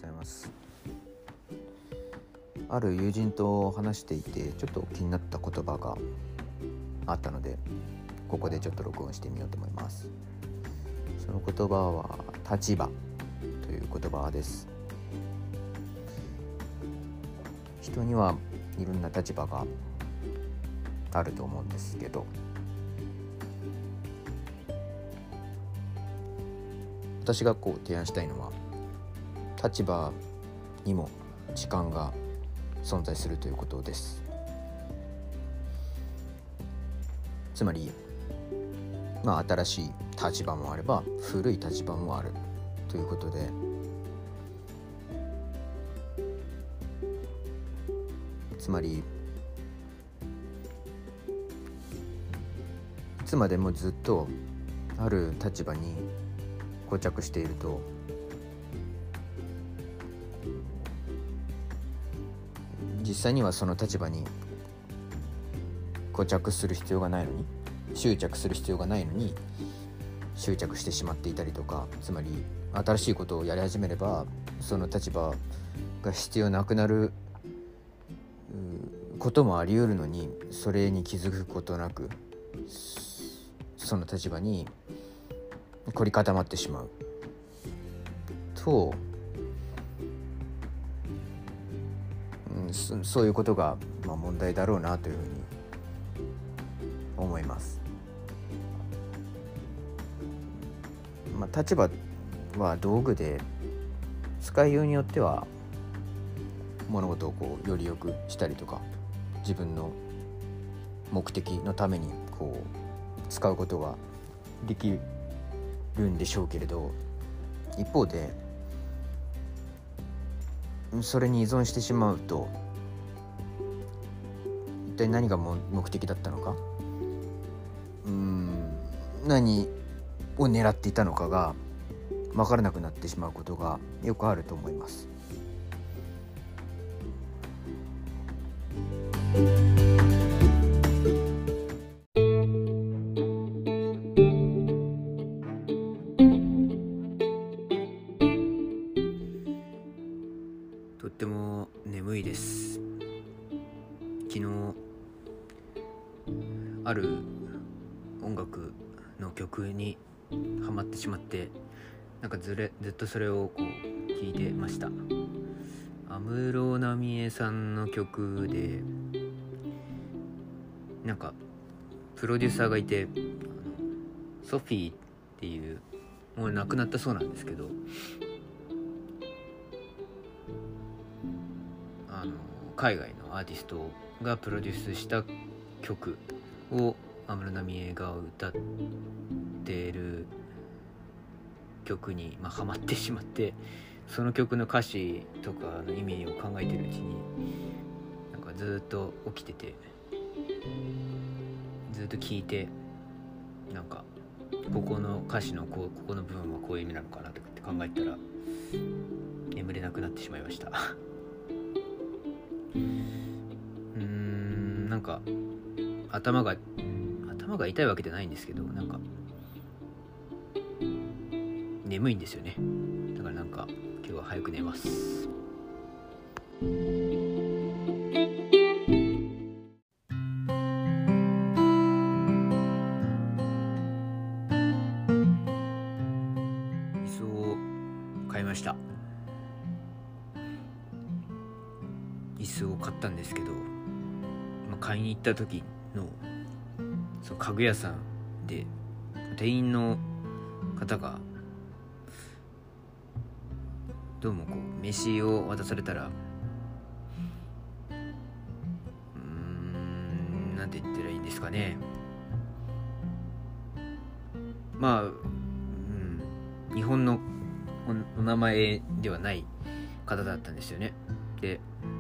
ございます。ある友人と話していてちょっと気になった言葉があったので、ここでちょっと録音してみようと思います。その言葉は立場という言葉です。人にはいろんな立場があると思うんですけど、私が提案したいのは、立場にも時間が存在するということです。つまり、新しい立場もあれば古い立場もあるということで、つまりいつまでもずっとある立場に固着していると、実際にはその立場に固着する必要がないのに、執着する必要がないのに執着してしまっていたりとか、つまり新しいことをやり始めればその立場が必要なくなることもあり得るのに、それに気づくことなくその立場に凝り固まってしまうと、そういうことが問題だろうなというふうに思います。立場は道具で、使いようによっては物事をより良くしたりとか、自分の目的のために使うことができるんでしょうけれど、一方でそれに依存してしまうと、一体何が目的だったのか、何を狙っていたのかが分からなくなってしまうことがよくあると思います。とっても眠いです。昨日ある音楽の曲にハマってしまって、ずっとそれを聴いてました。安室奈美恵さんの曲で、プロデューサーがいて、ソフィーっていう、もう亡くなったそうなんですけど、海外のアーティストがプロデュースした曲を安室奈美恵が歌っている曲にハマってしまって、その曲の歌詞とかの意味を考えているうちにずっと起きてて、ずっと聞いて、ここの歌詞のここの部分はこういう意味なのかなとかって考えたら眠れなくなってしまいました頭が痛いわけじゃないんですけど、眠いんですよね。だから今日は早く寝ます。椅子を買いました。椅子を買ったんですけど、買いに行った時のその家具屋さんで、店員の方がどうも飯を渡されたら、なんて言ったらいいんですかね。日本のお名前ではない方だったんですよね。で、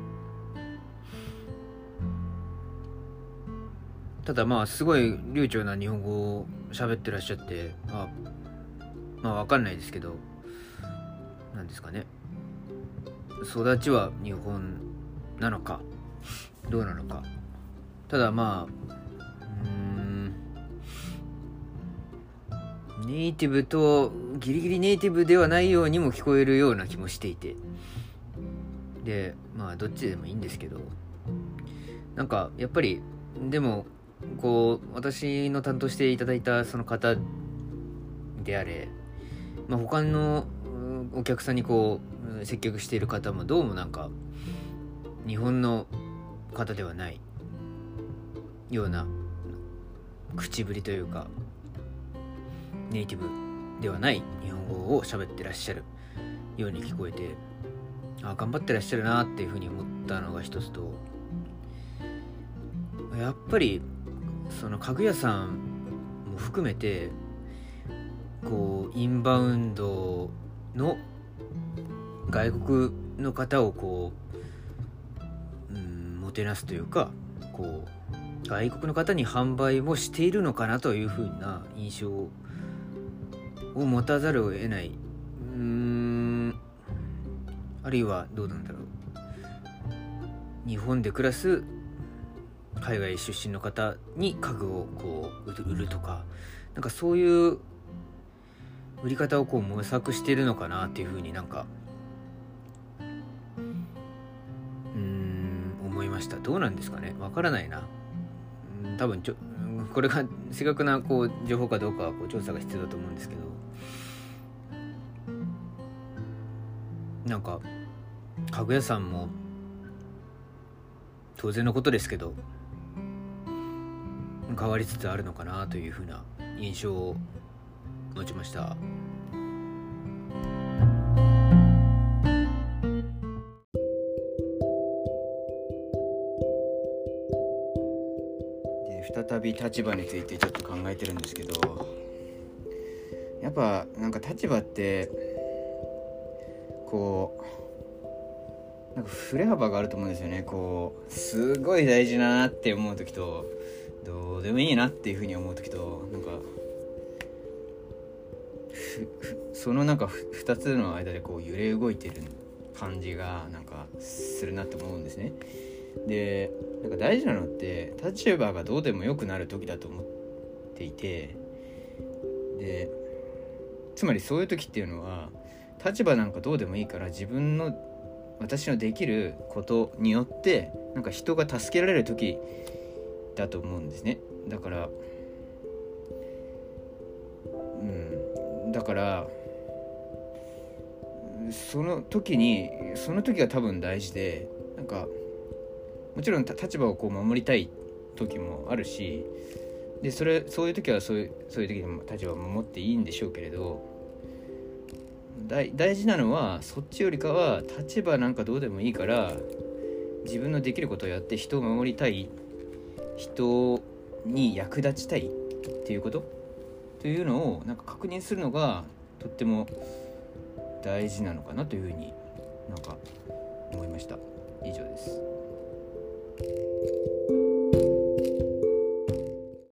ただすごい流暢な日本語を喋ってらっしゃって、わかんないですけど、なんですかね、育ちは日本なのかどうなのか。 ネイティブとギリギリネイティブではないようにも聞こえるような気もしていて、でどっちでもいいんですけど、なんかやっぱりでもこう私の担当していただいたその方であれ、他のお客さんにこう接客している方もどうもなんか日本の方ではないような口ぶりというか、ネイティブではない日本語を喋ってらっしゃるように聞こえて、頑張ってらっしゃるなっていうふうに思ったのが一つと、やっぱりその家具屋さんも含めてこうインバウンドの外国の方をこう、もてなすというか、こう外国の方に販売もしているのかなというふうな印象を持たざるを得ない。あるいはどうなんだろう、日本で暮らす海外出身の方に家具をこう売るとか、なんかそういう売り方をこう模索しているのかなっていうふうになんか思いました。どうなんですかね、わからないな。多分これが正確なこう情報かどうかはこう調査が必要だと思うんですけど、なんか家具屋さんも当然のことですけど変わりつつあるのかなというふうな印象を持ちました。で再び立場についてちょっと考えてるんですけど、やっぱなんか立場ってこうなんか振れ幅があると思うんですよね。こうすごい大事だなって思う時と、どうでもいいなっていうふうに思う時と、なんかそのなんか2つの間でこう揺れ動いてる感じがなんかするなと思うんですね。でなんか大事なのって立場がどうでもよくなる時だと思っていて、でつまりそういう時っていうのは立場なんかどうでもいいから、私のできることによってなんか人が助けられる時だと思うんですね。だからその時が多分大事で、なんかもちろん立場をこう守りたい時もあるし、でそういう時はそういう時にも立場を守っていいんでしょうけれど、大事なのはそっちよりかは立場なんかどうでもいいから自分のできることをやって人を守りたい、人に役立ちたいっていうことというのをなんか確認するのがとっても大事なのかなというふうになんか思いました。以上です。